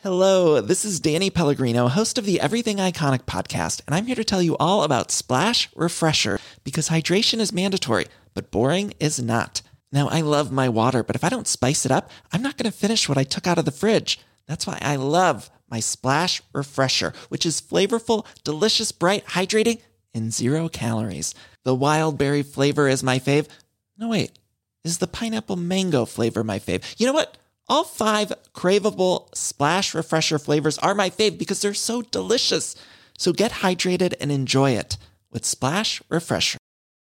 Hello, this is Danny Pellegrino, host of the Everything Iconic podcast, and I'm here to tell you all about Splash Refresher, because hydration is mandatory, but boring is not. Now, I love my water, but if I don't spice it up, I'm not going to finish what I took out of the fridge. That's why I love my Splash Refresher, which is flavorful, delicious, bright, hydrating, and 0 calories. The wild berry flavor is my fave. No, wait. Is the pineapple mango flavor my fave? You know what? All 5 craveable Splash Refresher flavors are my fave because they're so delicious. So get hydrated and enjoy it with Splash Refresher.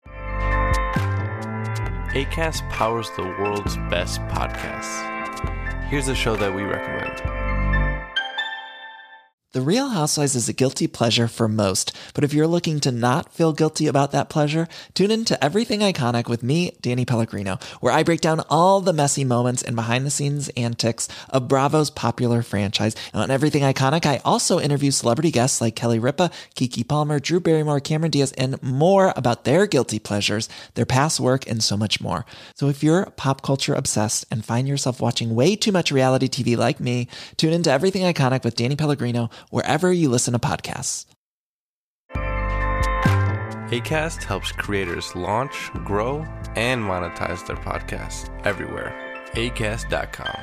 Acast powers the world's best podcasts. Here's a show that we recommend. The Real Housewives is a guilty pleasure for most, but if you're looking to not feel guilty about that pleasure, tune in to Everything Iconic with me, Danny Pellegrino, where I break down all the messy moments and behind-the-scenes antics of Bravo's popular franchise. And on Everything Iconic, I also interview celebrity guests like Kelly Ripa, Keke Palmer, Drew Barrymore, Cameron Diaz, and more about their guilty pleasures, their past work, and so much more. So if you're pop culture obsessed and find yourself watching way too much reality TV like me, tune in to Everything Iconic with Danny Pellegrino, wherever you listen to podcasts. Acast helps creators launch, grow, and monetize their podcasts everywhere. Acast.com.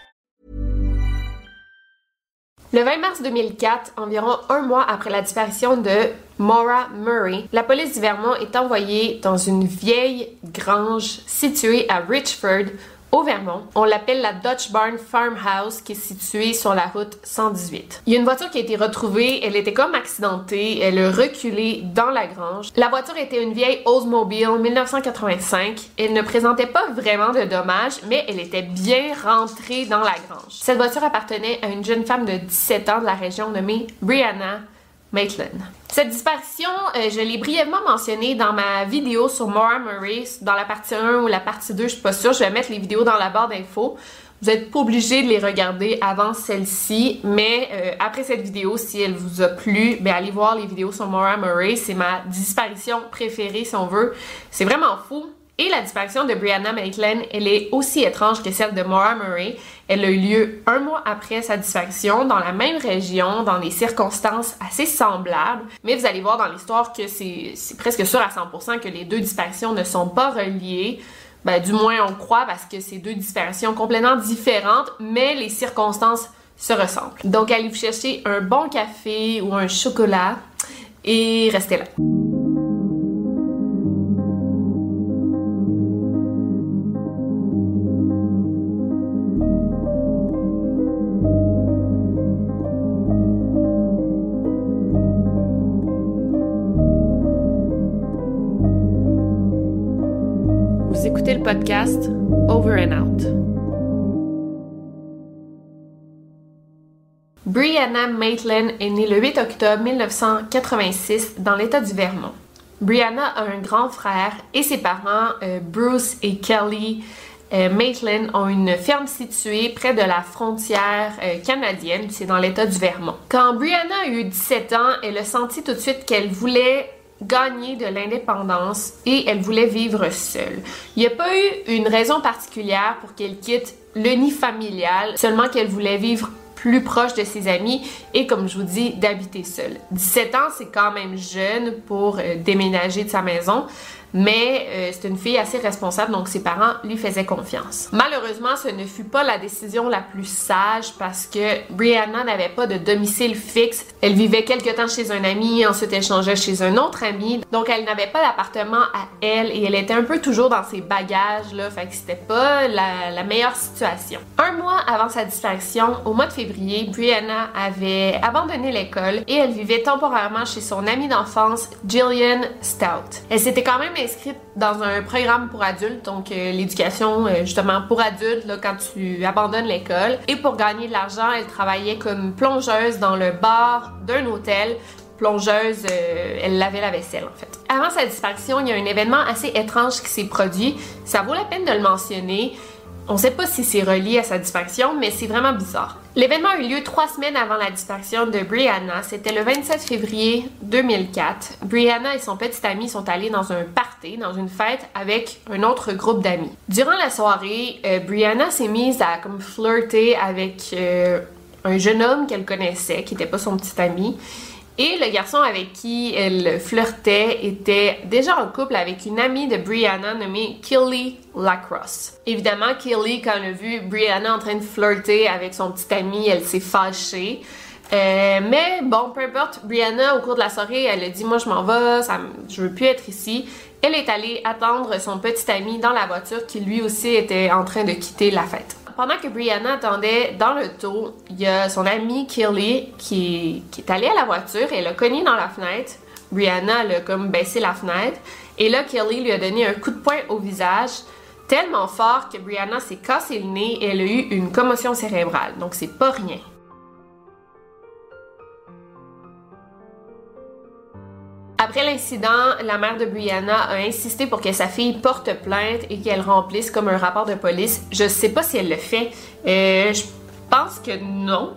Le 20 mars 2004, environ un mois après la disparition de Maura Murray, la police du Vermont est envoyée dans une vieille grange située à Richford, au Vermont. On l'appelle la Dutch Barn Farmhouse, qui est située sur la route 118. Il y a une voiture qui a été retrouvée, elle était comme accidentée, elle a reculé dans la grange. La voiture était une vieille Oldsmobile 1985. Elle ne présentait pas vraiment de dommages, mais elle était bien rentrée dans la grange. Cette voiture appartenait à une jeune femme de 17 ans de la région nommée Brianna Maitland. Cette disparition, je l'ai brièvement mentionnée dans ma vidéo sur Maura Murray, dans la partie 1 ou la partie 2, je suis pas sûre, je vais mettre les vidéos dans la barre d'infos. Vous n'êtes pas obligé de les regarder avant celle-ci, mais après cette vidéo, si elle vous a plu, allez voir les vidéos sur Maura Murray, c'est ma disparition préférée si on veut. C'est vraiment fou. Et la disparition de Brianna Maitland, elle est aussi étrange que celle de Maura Murray. Elle a eu lieu un mois après sa disparition, dans la même région, dans des circonstances assez semblables. Mais vous allez voir dans l'histoire que c'est presque sûr à 100% que les deux disparitions ne sont pas reliées. Du moins, on croit parce que c'est deux disparitions complètement différentes, mais les circonstances se ressemblent. Donc, allez vous chercher un bon café ou un chocolat et restez là. Vous écoutez le podcast Over and Out. Brianna Maitland est née le 8 octobre 1986 dans l'État du Vermont. Brianna a un grand frère et ses parents, Bruce et Kelly Maitland, ont une ferme située près de la frontière canadienne, c'est dans l'État du Vermont. Quand Brianna a eu 17 ans, elle a senti tout de suite qu'elle voulait gagner de l'indépendance et elle voulait vivre seule. Il n'y a pas eu une raison particulière pour qu'elle quitte le nid familial, seulement qu'elle voulait vivre plus proche de ses amis et, comme je vous dis, d'habiter seule. 17 ans, c'est quand même jeune pour déménager de sa maison, mais c'est une fille assez responsable, donc ses parents lui faisaient confiance. Malheureusement, ce ne fut pas la décision la plus sage parce que Brianna n'avait pas de domicile fixe. Elle vivait quelque temps chez un ami, ensuite elle changeait chez un autre ami, donc elle n'avait pas d'appartement à elle et elle était un peu toujours dans ses bagages, là, fait que c'était pas la meilleure situation. Un mois avant sa disparition, au mois de février, Brianna avait abandonné l'école et elle vivait temporairement chez son amie d'enfance, Jillian Stout. Elle s'était quand même inscrite dans un programme pour adultes, donc l'éducation justement pour adultes là, quand tu abandonnes l'école. Et pour gagner de l'argent, elle travaillait comme plongeuse dans le bar d'un hôtel. Plongeuse, elle lavait la vaisselle en fait. Avant sa disparition, il y a un événement assez étrange qui s'est produit. Ça vaut la peine de le mentionner. On sait pas si c'est relié à sa disparition, mais c'est vraiment bizarre. L'événement a eu lieu 3 semaines avant la disparition de Brianna. C'était le 27 février 2004. Brianna et son petit ami sont allés dans un party, dans une fête, avec un autre groupe d'amis. Durant la soirée, Brianna s'est mise à comme flirter avec un jeune homme qu'elle connaissait, qui n'était pas son petit ami. Et le garçon avec qui elle flirtait était déjà en couple avec une amie de Brianna nommée Kelly Lacrosse. Évidemment, Kelly, quand elle a vu Brianna en train de flirter avec son petit ami, elle s'est fâchée. Mais bon, peu importe, Brianna, au cours de la soirée, elle a dit « Moi, je m'en vais, je veux plus être ici ». Elle est allée attendre son petit ami dans la voiture qui lui aussi était en train de quitter la fête. Pendant que Brianna attendait dans l'auto, il y a son amie Kelly qui est allée à la voiture et elle a cogné dans la fenêtre. Brianna, elle a comme baissé la fenêtre et là, Kelly lui a donné un coup de poing au visage tellement fort que Brianna s'est cassé le nez et elle a eu une commotion cérébrale. Donc, c'est pas rien. Après l'incident, la mère de Brianna a insisté pour que sa fille porte plainte et qu'elle remplisse comme un rapport de police. Je sais pas si elle le fait. Je pense que non.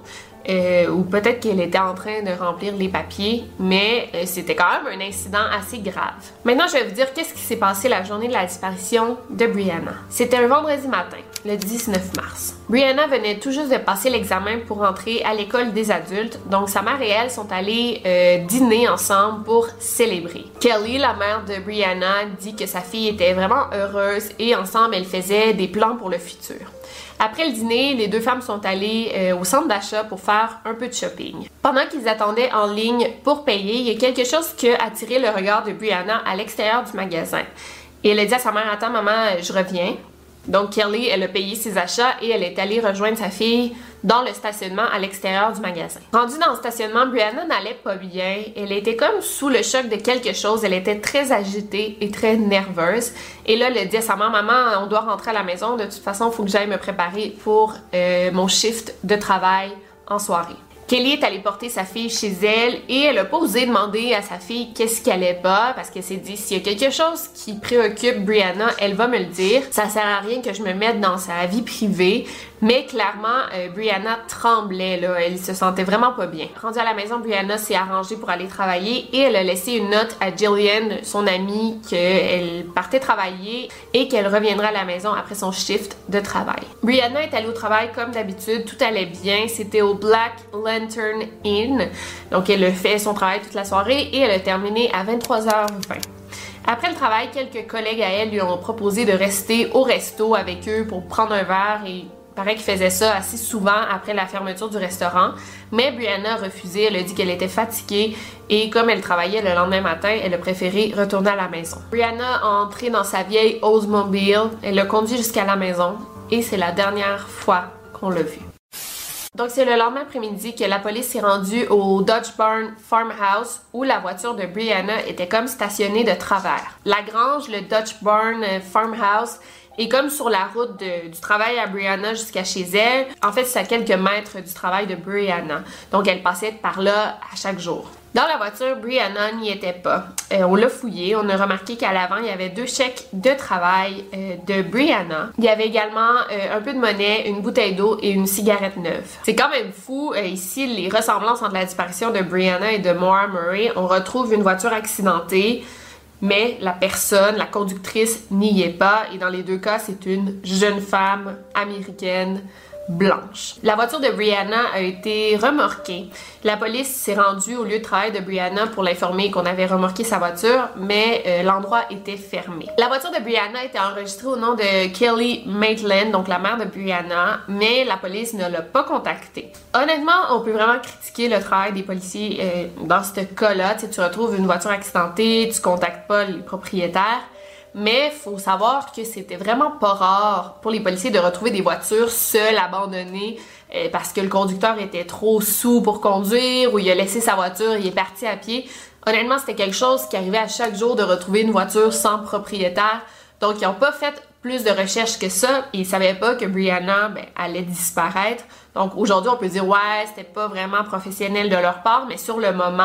Ou peut-être qu'elle était en train de remplir les papiers, mais c'était quand même un incident assez grave. Maintenant, je vais vous dire qu'est-ce qui s'est passé la journée de la disparition de Brianna. C'était un vendredi matin, le 19 mars. Brianna venait tout juste de passer l'examen pour entrer à l'école des adultes, donc sa mère et elle sont allées dîner ensemble pour célébrer. Kelly, la mère de Brianna, dit que sa fille était vraiment heureuse et ensemble, elles faisaient des plans pour le futur. Après le dîner, les deux femmes sont allées au centre d'achat pour faire un peu de shopping. Pendant qu'ils attendaient en ligne pour payer, il y a quelque chose qui a attiré le regard de Brianna à l'extérieur du magasin. Et elle a dit à sa mère « Attends maman, je reviens ». Donc Kelly, elle a payé ses achats et elle est allée rejoindre sa fille dans le stationnement à l'extérieur du magasin. Rendue dans le stationnement, Brianna n'allait pas bien. Elle était comme sous le choc de quelque chose. Elle était très agitée et très nerveuse. Et là, elle a dit à sa mère, « Maman, on doit rentrer à la maison. De toute façon, il faut que j'aille me préparer pour mon shift de travail en soirée. » Kelly est allée porter sa fille chez elle et elle a pas osé demander à sa fille qu'est-ce qui allait pas parce qu'elle s'est dit s'il y a quelque chose qui préoccupe Brianna, elle va me le dire. Ça sert à rien que je me mette dans sa vie privée. Mais clairement, Brianna tremblait, là. Elle se sentait vraiment pas bien. Rendue à la maison, Brianna s'est arrangée pour aller travailler et elle a laissé une note à Jillian, son amie, qu'elle partait travailler et qu'elle reviendrait à la maison après son shift de travail. Brianna est allée au travail comme d'habitude, tout allait bien. C'était au Black Lantern Inn. Donc, elle a fait son travail toute la soirée et elle a terminé à 23h20. Après le travail, quelques collègues à elle lui ont proposé de rester au resto avec eux pour prendre un verre et il paraît qu'il faisait ça assez souvent après la fermeture du restaurant, mais Brianna a refusé, elle a dit qu'elle était fatiguée et comme elle travaillait le lendemain matin, elle a préféré retourner à la maison. Brianna a entré dans sa vieille Oldsmobile, elle l'a conduit jusqu'à la maison et c'est la dernière fois qu'on l'a vue. Donc, c'est le lendemain après-midi que la police s'est rendue au Dutch Barn Farmhouse où la voiture de Brianna était comme stationnée de travers. La grange, le Dutch Barn Farmhouse, est comme sur la route du travail à Brianna jusqu'à chez elle. En fait, c'est à quelques mètres du travail de Brianna. Donc, elle passait par là à chaque jour. Dans la voiture, Brianna n'y était pas. On l'a fouillé. On a remarqué qu'à l'avant, il y avait 2 chèques de travail de Brianna. Il y avait également un peu de monnaie, une bouteille d'eau et une cigarette neuve. C'est quand même fou. Ici, les ressemblances entre la disparition de Brianna et de Maura Murray. On retrouve une voiture accidentée, mais la personne, la conductrice, n'y est pas. Et dans les 2 cas, c'est une jeune femme américaine blanche. La voiture de Brianna a été remorquée. La police s'est rendue au lieu de travail de Brianna pour l'informer qu'on avait remorqué sa voiture, mais l'endroit était fermé. La voiture de Brianna était enregistrée au nom de Kelly Maitland, donc la mère de Brianna, mais la police ne l'a pas contactée. Honnêtement, on peut vraiment critiquer le travail des policiers dans ce cas-là. Tu retrouves une voiture accidentée, tu contactes pas les propriétaires. Mais faut savoir que c'était vraiment pas rare pour les policiers de retrouver des voitures seules, abandonnées, parce que le conducteur était trop saoul pour conduire ou il a laissé sa voiture, il est parti à pied. Honnêtement, c'était quelque chose qui arrivait à chaque jour de retrouver une voiture sans propriétaire. Donc, ils n'ont pas fait plus de recherches que ça et ils savaient pas que Brianna allait disparaître. Donc, aujourd'hui, on peut dire « Ouais, c'était pas vraiment professionnel de leur part », mais sur le moment,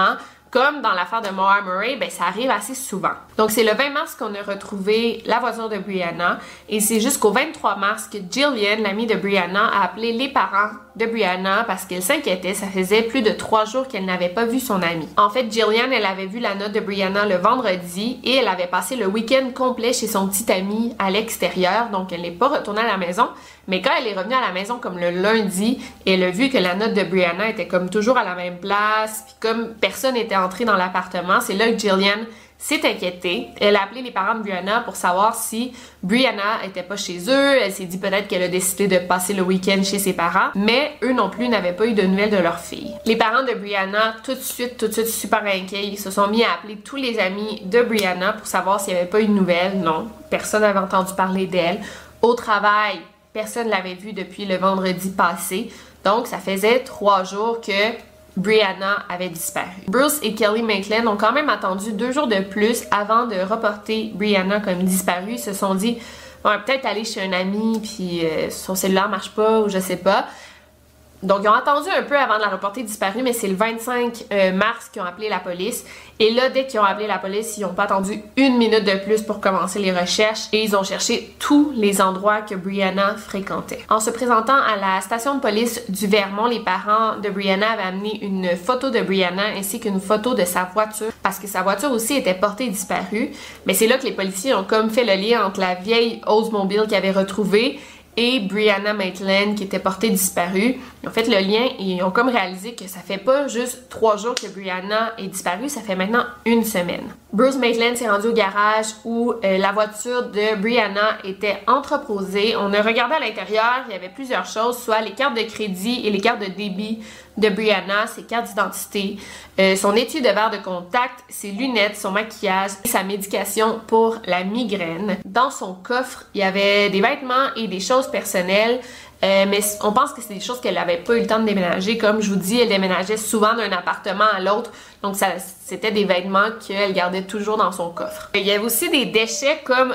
Comme dans l'affaire de Maura Murray, ben ça arrive assez souvent. Donc c'est le 20 mars qu'on a retrouvé la voiture de Brianna et c'est jusqu'au 23 mars que Jillian, l'amie de Brianna, a appelé les parents de Brianna parce qu'elle s'inquiétait. Ça faisait plus de 3 jours qu'elle n'avait pas vu son amie. En fait, Jillian, elle avait vu la note de Brianna le vendredi et elle avait passé le week-end complet chez son petit ami à l'extérieur, donc elle n'est pas retournée à la maison. Mais quand elle est revenue à la maison comme le lundi, elle a vu que la note de Brianna était comme toujours à la même place, puis comme personne n'était entré dans l'appartement, c'est là que Jillian s'est inquiétée. Elle a appelé les parents de Brianna pour savoir si Brianna était pas chez eux. Elle s'est dit peut-être qu'elle a décidé de passer le week-end chez ses parents, mais eux non plus n'avaient pas eu de nouvelles de leur fille. Les parents de Brianna, tout de suite, super inquiets, ils se sont mis à appeler tous les amis de Brianna pour savoir s'il n'y avait pas eu de nouvelles. Non, personne n'avait entendu parler d'elle. Au travail, personne ne l'avait vue depuis le vendredi passé. Donc, ça faisait 3 jours que Brianna avait disparu. Bruce et Kelly Maitland ont quand même attendu 2 jours de plus avant de reporter Brianna comme disparue. Ils se sont dit, on va peut-être aller chez un ami, puis son cellulaire marche pas, ou je sais pas. Donc, ils ont attendu un peu avant de la reporter disparue, mais c'est le 25 mars qu'ils ont appelé la police. Et là, dès qu'ils ont appelé la police, ils n'ont pas attendu 1 minute de plus pour commencer les recherches et ils ont cherché tous les endroits que Brianna fréquentait. En se présentant à la station de police du Vermont, les parents de Brianna avaient amené une photo de Brianna ainsi qu'une photo de sa voiture parce que sa voiture aussi était portée disparue. Mais c'est là que les policiers ont comme fait le lien entre la vieille Oldsmobile qu'ils avaient retrouvée et Brianna Maitland qui était portée disparue. Ils ont fait le lien et ils ont comme réalisé que ça fait pas juste 3 jours que Brianna est disparue, ça fait maintenant 1 semaine. Bruce Maitland s'est rendu au garage où la voiture de Brianna était entreposée. On a regardé à l'intérieur, il y avait plusieurs choses, soit les cartes de crédit et les cartes de débit de Brianna, ses cartes d'identité, son étui de verre de contact, ses lunettes, son maquillage et sa médication pour la migraine. Dans son coffre, il y avait des vêtements et des choses personnelles, mais on pense que c'est des choses qu'elle n'avait pas eu le temps de déménager. Comme je vous dis, elle déménageait souvent d'un appartement à l'autre, donc c'était des vêtements qu'elle gardait toujours dans son coffre. Il y avait aussi des déchets comme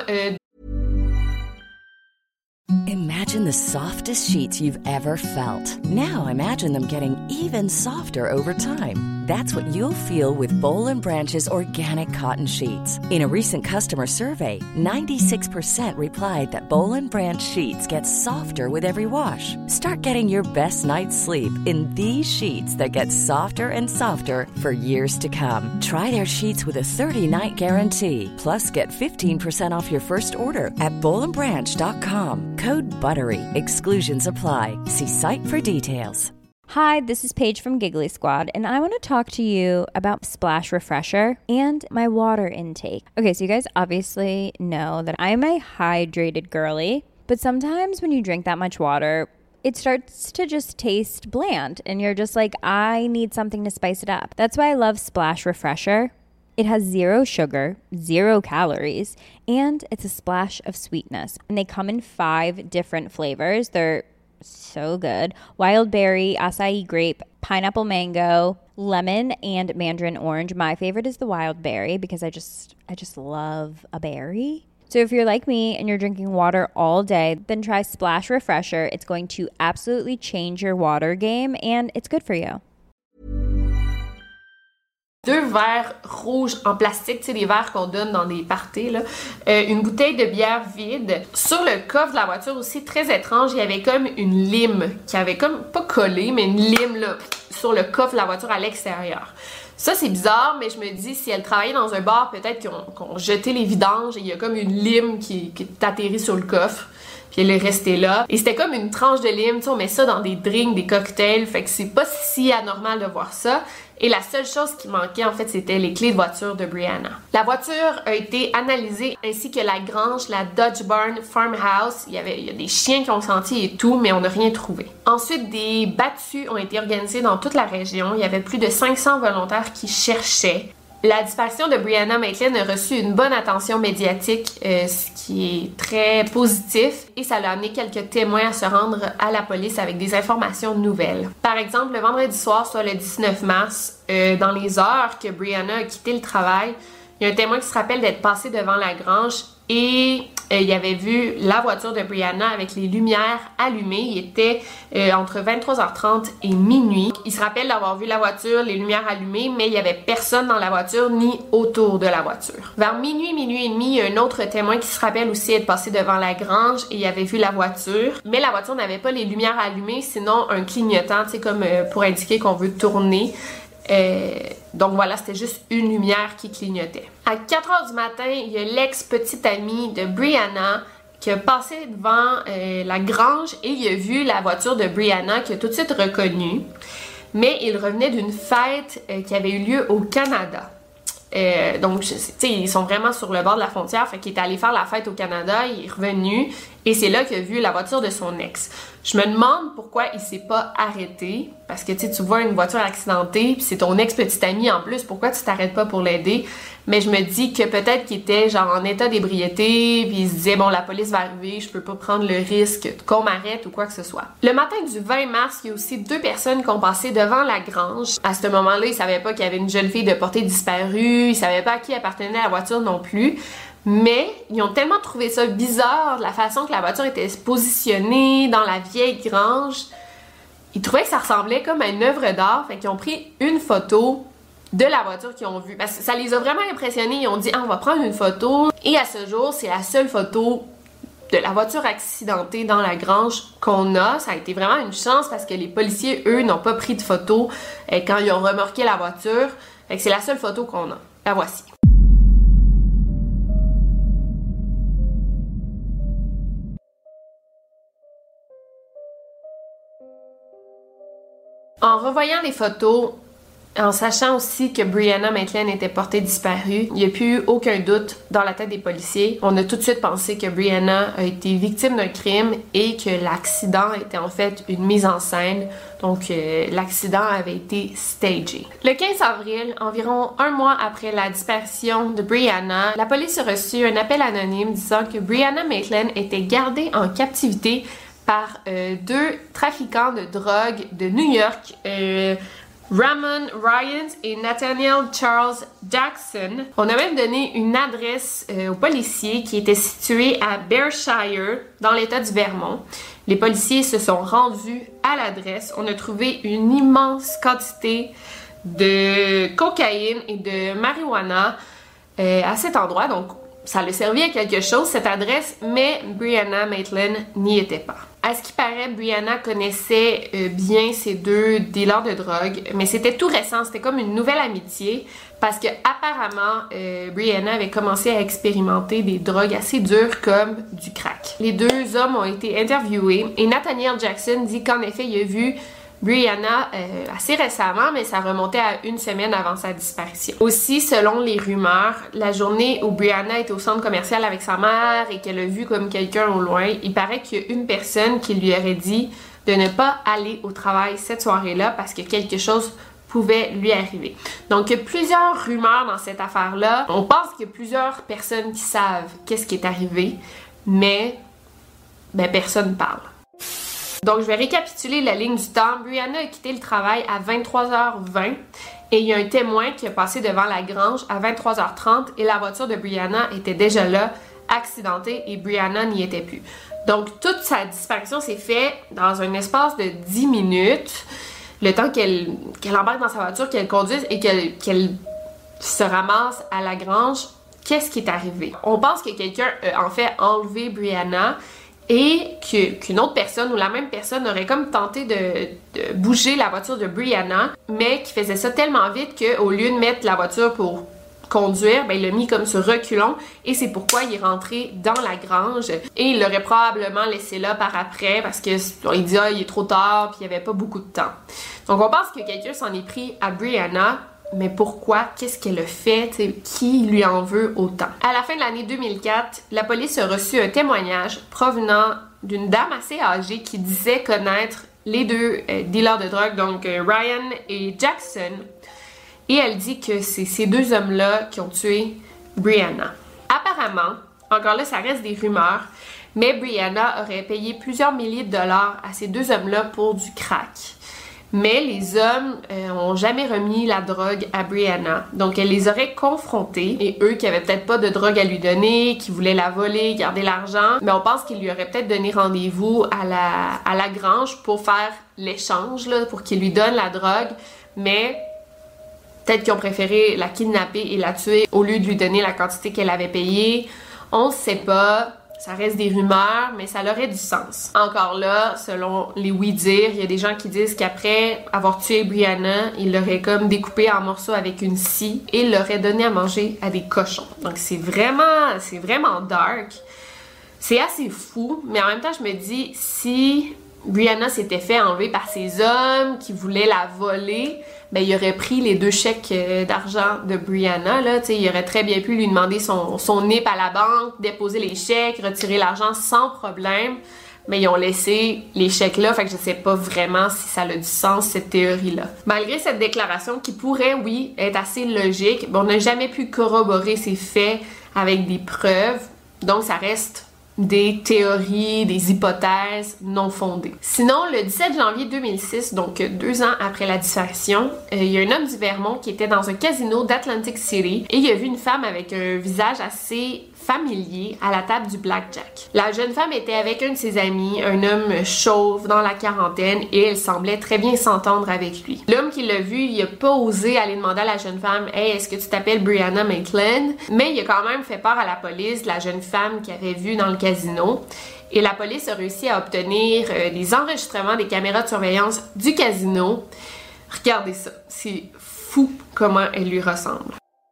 Imagine the softest sheets you've ever felt. Now imagine them getting even softer over time. That's what you'll feel with Boll & Branch's organic cotton sheets. In a recent customer survey, 96% replied that Boll & Branch sheets get softer with every wash. Start getting your best night's sleep in these sheets that get softer and softer for years to come. Try their sheets with a 30-night guarantee. Plus, get 15% off your first order at bollandbranch.com. Code BUTTERY. Exclusions apply. See site for details. Hi, this is Paige from Giggly Squad, and I want to talk to you about Splash Refresher and my water intake. Okay, so you guys obviously know that I'm a hydrated girly, but sometimes when you drink that much water, it starts to just taste bland, and you're just like, I need something to spice it up. That's why I love Splash Refresher. It has 0 sugar, 0 calories, and it's a splash of sweetness. And they come in 5 different flavors. They're so good. Wild berry, acai grape, pineapple mango, lemon, and mandarin orange. My favorite is the wild berry because I just love a berry. So if you're like me and you're drinking water all day, then try Splash Refresher. It's going to absolutely change your water game and it's good for you. 2 verres rouges en plastique, tu sais, des verres qu'on donne dans des parties, là. Une bouteille de bière vide. Sur le coffre de la voiture aussi, très étrange, il y avait comme une lime qui avait comme, pas collé, mais une lime, là, sur le coffre de la voiture à l'extérieur. Ça, c'est bizarre, mais je me dis, si elle travaillait dans un bar, peut-être qu'on jetait les vidanges et il y a comme une lime qui est atterrie sur le coffre. Puis elle est restée là. Et c'était comme une tranche de lime, tu sais, on met ça dans des drinks, des cocktails, fait que c'est pas si anormal de voir ça. Et la seule chose qui manquait, en fait, c'était les clés de voiture de Brianna. La voiture a été analysée, ainsi que la grange, la Dodge Barn Farmhouse. Il y a des chiens qui ont senti et tout, mais on n'a rien trouvé. Ensuite, des battues ont été organisées dans toute la région. Il y avait plus de 500 volontaires qui cherchaient. La disparition de Brianna Maitland a reçu une bonne attention médiatique, ce qui est très positif, et ça a amené quelques témoins à se rendre à la police avec des informations nouvelles. Par exemple, le vendredi soir, soit le 19 mars, dans les heures que Brianna a quitté le travail, il y a un témoin qui se rappelle d'être passé devant la grange et il avait vu la voiture de Brianna avec les lumières allumées. Il était entre 23h30 et minuit. Il se rappelle d'avoir vu la voiture, les lumières allumées, mais il n'y avait personne dans la voiture ni autour de la voiture. Vers minuit et demi, il y a un autre témoin qui se rappelle aussi être passé devant la grange et il avait vu la voiture, mais la voiture n'avait pas les lumières allumées, sinon un clignotant, tu sais, comme pour indiquer qu'on veut tourner. Donc voilà, c'était juste une lumière qui clignotait. À 4h du matin, il y a l'ex-petite amie de Brianna qui a passé devant la grange et il a vu la voiture de Brianna qu'il a tout de suite reconnue. Mais il revenait d'une fête qui avait eu lieu au Canada. Donc, tu sais, ils sont vraiment sur le bord de la frontière. Fait qu'il est allé faire la fête au Canada, il est revenu et c'est là qu'il a vu la voiture de son ex. Je me demande pourquoi il s'est pas arrêté. Parce que tu vois une voiture accidentée, puis c'est ton ex-petite amie en plus, pourquoi tu t'arrêtes pas pour l'aider? Mais je me dis que peut-être qu'il était genre en état d'ébriété, puis il se disait bon, la police va arriver, je peux pas prendre le risque qu'on m'arrête ou quoi que ce soit. Le matin du 20 mars, il y a aussi 2 personnes qui ont passé devant la grange. À ce moment-là, ils savaient pas qu'il y avait une jeune fille de portée disparue, ils savaient pas à qui appartenait la voiture non plus. Mais ils ont tellement trouvé ça bizarre, la façon que la voiture était positionnée dans la vieille grange. Ils trouvaient que ça ressemblait comme à une œuvre d'art, fait qu'ils ont pris une photo de la voiture qu'ils ont vue. Parce que ça les a vraiment impressionnés, ils ont dit « Ah, on va prendre une photo ». Et à ce jour, c'est la seule photo de la voiture accidentée dans la grange qu'on a. Ça a été vraiment une chance parce que les policiers, eux, n'ont pas pris de photo quand ils ont remorqué la voiture. Fait que c'est la seule photo qu'on a. La voici. En revoyant les photos, en sachant aussi que Brianna Maitland était portée disparue, il n'y a plus eu aucun doute dans la tête des policiers. On a tout de suite pensé que Brianna a été victime d'un crime et que l'accident était en fait une mise en scène. Donc l'accident avait été stagé. Le 15 avril, environ un mois après la disparition de Brianna, la police a reçu un appel anonyme disant que Brianna Maitland était gardée en captivité par 2 trafiquants de drogue de New York, Ramon Ryans et Nathaniel Charles Jackson. On a même donné une adresse aux policiers qui était située à Berkshire, dans l'État du Vermont. Les policiers se sont rendus à l'adresse. On a trouvé une immense quantité de cocaïne et de marijuana à cet endroit. Donc, ça le servait à quelque chose, cette adresse, mais Brianna Maitland n'y était pas. À ce qui paraît, Brianna connaissait bien ces 2 dealers de drogue, mais c'était tout récent, c'était comme une nouvelle amitié, parce que apparemment, Brianna avait commencé à expérimenter des drogues assez dures comme du crack. Les 2 hommes ont été interviewés et Nathaniel Jackson dit qu'en effet, il a vu Brianna assez récemment, mais ça remontait à 1 semaine avant sa disparition. Aussi, selon les rumeurs, la journée où Brianna était au centre commercial avec sa mère et qu'elle a vu comme quelqu'un au loin, il paraît qu'il y a une personne qui lui aurait dit de ne pas aller au travail cette soirée-là parce que quelque chose pouvait lui arriver. Donc, il y a plusieurs rumeurs dans cette affaire-là. On pense qu'il y a plusieurs personnes qui savent qu'est-ce qui est arrivé, mais personne ne parle. Donc, je vais récapituler la ligne du temps. Brianna a quitté le travail à 23h20 et il y a un témoin qui a passé devant la grange à 23h30 et la voiture de Brianna était déjà là, accidentée, et Brianna n'y était plus. Donc, toute sa disparition s'est faite dans un espace de 10 minutes, le temps qu'elle embarque dans sa voiture, qu'elle conduise et qu'elle se ramasse à la grange. Qu'est-ce qui est arrivé? On pense que quelqu'un a en fait enlevé Brianna et qu'une autre personne ou la même personne aurait comme tenté de bouger la voiture de Brianna, mais qui faisait ça tellement vite qu'au lieu de mettre la voiture pour conduire, il l'a mis comme sur reculons et c'est pourquoi il est rentré dans la grange et il l'aurait probablement laissé là par après parce que il dit il est trop tard puis il n'y avait pas beaucoup de temps. Donc on pense que quelqu'un s'en est pris à Brianna. Mais pourquoi? Qu'est-ce qu'elle a fait? T'sais, qui lui en veut autant? À la fin de l'année 2004, la police a reçu un témoignage provenant d'une dame assez âgée qui disait connaître les 2 dealers de drogue, donc Ryan et Jackson. Et elle dit que c'est ces 2 hommes-là qui ont tué Brianna. Apparemment, encore là, ça reste des rumeurs, mais Brianna aurait payé plusieurs milliers de dollars à ces 2 hommes-là pour du crack. Mais les hommes ont jamais remis la drogue à Brianna. Donc elle les aurait confrontés, et eux qui avaient peut-être pas de drogue à lui donner, qui voulaient la voler, garder l'argent, mais on pense qu'ils lui auraient peut-être donné rendez-vous à la grange pour faire l'échange, là, pour qu'il lui donne la drogue, mais peut-être qu'ils ont préféré la kidnapper et la tuer au lieu de lui donner la quantité qu'elle avait payée. On sait pas. Ça reste des rumeurs, mais ça aurait du sens. Encore là, selon les oui-dire, il y a des gens qui disent qu'après avoir tué Brianna, il l'aurait comme découpé en morceaux avec une scie et il l'aurait donné à manger à des cochons. Donc c'est vraiment dark. C'est assez fou, mais en même temps, je me dis, si Brianna s'était fait enlever par ces hommes qui voulaient la voler, ben il aurait pris les 2 chèques d'argent de Brianna, là, tu sais, il aurait très bien pu lui demander son NIP à la banque, déposer les chèques, retirer l'argent sans problème, mais ils ont laissé les chèques là, fait que je sais pas vraiment si ça a du sens, cette théorie-là. Malgré cette déclaration qui pourrait, oui, être assez logique, ben, on n'a jamais pu corroborer ces faits avec des preuves, donc ça reste des théories, des hypothèses non fondées. Sinon, le 17 janvier 2006, donc 2 ans après la disparition, il y a un homme du Vermont qui était dans un casino d'Atlantic City et il a vu une femme avec un visage assez familier à la table du blackjack. La jeune femme était avec un de ses amis, un homme chauve dans la quarantaine, et elle semblait très bien s'entendre avec lui. L'homme qui l'a vu, il a pas osé aller demander à la jeune femme « Hey, est-ce que tu t'appelles Brianna Maitland? » Mais il a quand même fait peur à la police de la jeune femme qu'il avait vue dans le casino. Et la police a réussi à obtenir des enregistrements des caméras de surveillance du casino. Regardez ça, c'est fou comment elle lui ressemble.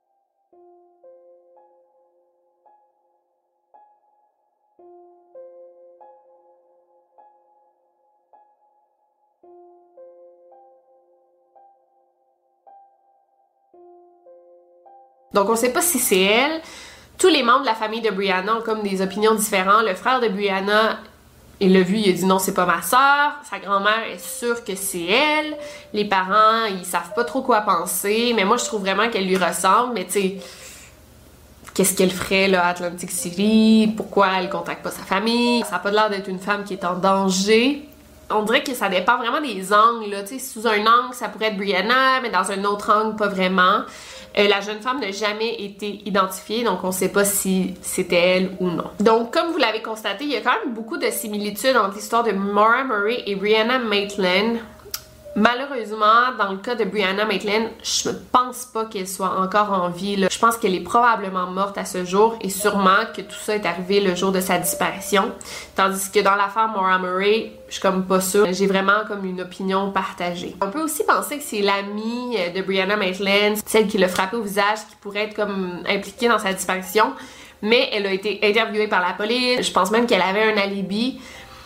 Donc on sait pas si c'est elle. Tous les membres de la famille de Brianna ont comme des opinions différentes. Le frère de Brianna, il l'a vu, il a dit non, c'est pas ma sœur. Sa grand-mère est sûre que c'est elle. Les parents, ils savent pas trop quoi penser. Mais moi, je trouve vraiment qu'elle lui ressemble. Mais tu sais, qu'est-ce qu'elle ferait là à Atlantic City? Pourquoi elle contacte pas sa famille? Ça a pas l'air d'être une femme qui est en danger. On dirait que ça dépend vraiment des angles, là. Tu sais, sous un angle, ça pourrait être Brianna, mais dans un autre angle, pas vraiment. La jeune femme n'a jamais été identifiée, donc on sait pas si c'était elle ou non. Donc, comme vous l'avez constaté, il y a quand même beaucoup de similitudes entre l'histoire de Maura Murray et Brianna Maitland. Malheureusement, dans le cas de Brianna Maitland, je ne pense pas qu'elle soit encore en vie, là. Je pense qu'elle est probablement morte à ce jour et sûrement que tout ça est arrivé le jour de sa disparition. Tandis que dans l'affaire Maura Murray, je suis comme pas sûre. J'ai vraiment comme une opinion partagée. On peut aussi penser que c'est l'amie de Brianna Maitland, celle qui l'a frappée au visage, qui pourrait être comme impliquée dans sa disparition. Mais elle a été interviewée par la police. Je pense même qu'elle avait un alibi.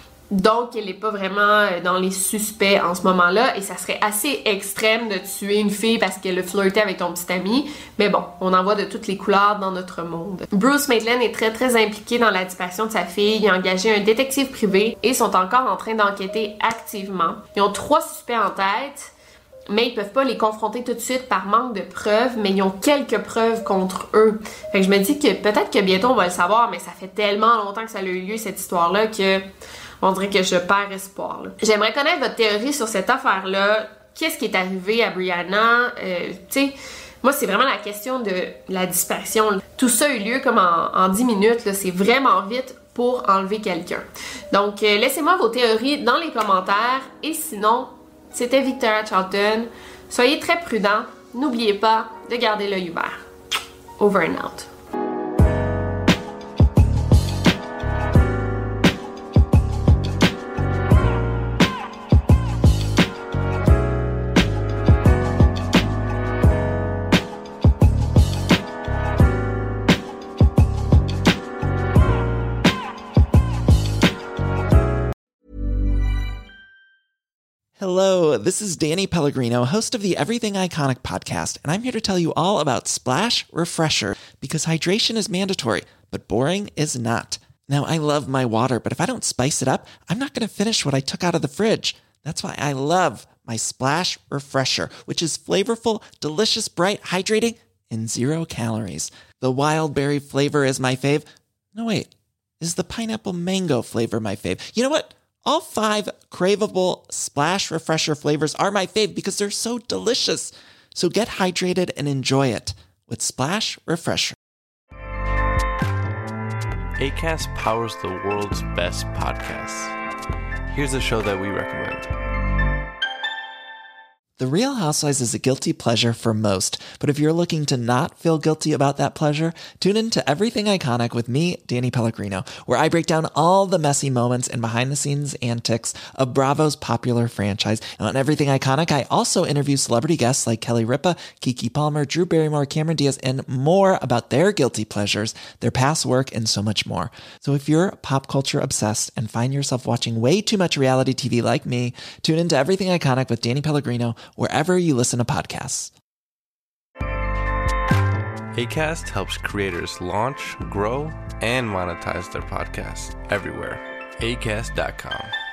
Donc, elle n'est pas vraiment dans les suspects en ce moment-là et ça serait assez extrême de tuer une fille parce qu'elle a flirté avec ton petit ami. Mais bon, on en voit de toutes les couleurs dans notre monde. Bruce Maitland est très très impliqué dans la disparition de sa fille. Il a engagé un détective privé et sont encore en train d'enquêter activement. Ils ont 3 suspects en tête, mais ils peuvent pas les confronter tout de suite par manque de preuves, mais ils ont quelques preuves contre eux. Fait que je me dis que peut-être que bientôt on va le savoir, mais ça fait tellement longtemps que ça a eu lieu cette histoire-là que on dirait que je perds espoir, là. J'aimerais connaître votre théorie sur cette affaire-là. Qu'est-ce qui est arrivé à Brianna? Tu sais, moi, c'est vraiment la question de la disparition. Tout ça a eu lieu comme en 10 minutes. Là. C'est vraiment vite pour enlever quelqu'un. Donc, laissez-moi vos théories dans les commentaires. Et sinon, c'était Victoria Charlton. Soyez très prudents. N'oubliez pas de garder l'œil ouvert. Over and out. Hello, this is Danny Pellegrino, host of the Everything Iconic podcast, and I'm here to tell you all about Splash Refresher, because hydration is mandatory, but boring is not. Now, I love my water, but if I don't spice it up, I'm not going to finish what I took out of the fridge. That's why I love my Splash Refresher, which is flavorful, delicious, bright, hydrating, and 0 calories. The wild berry flavor is my fave. No, wait, is the pineapple mango flavor my fave? You know what? All 5 craveable Splash Refresher flavors are my fave because they're so delicious. So get hydrated and enjoy it with Splash Refresher. Acast powers the world's best podcasts. Here's a show that we recommend. The Real Housewives is a guilty pleasure for most, but if you're looking to not feel guilty about that pleasure, tune in to Everything Iconic with me, Danny Pellegrino, where I break down all the messy moments and behind-the-scenes antics of Bravo's popular franchise. And on Everything Iconic, I also interview celebrity guests like Kelly Ripa, Keke Palmer, Drew Barrymore, Cameron Diaz, and more about their guilty pleasures, their past work, and so much more. So if you're pop culture obsessed and find yourself watching way too much reality TV like me, tune in to Everything Iconic with Danny Pellegrino, wherever you listen to podcasts. Acast helps creators launch, grow, and monetize their podcasts everywhere. Acast.com.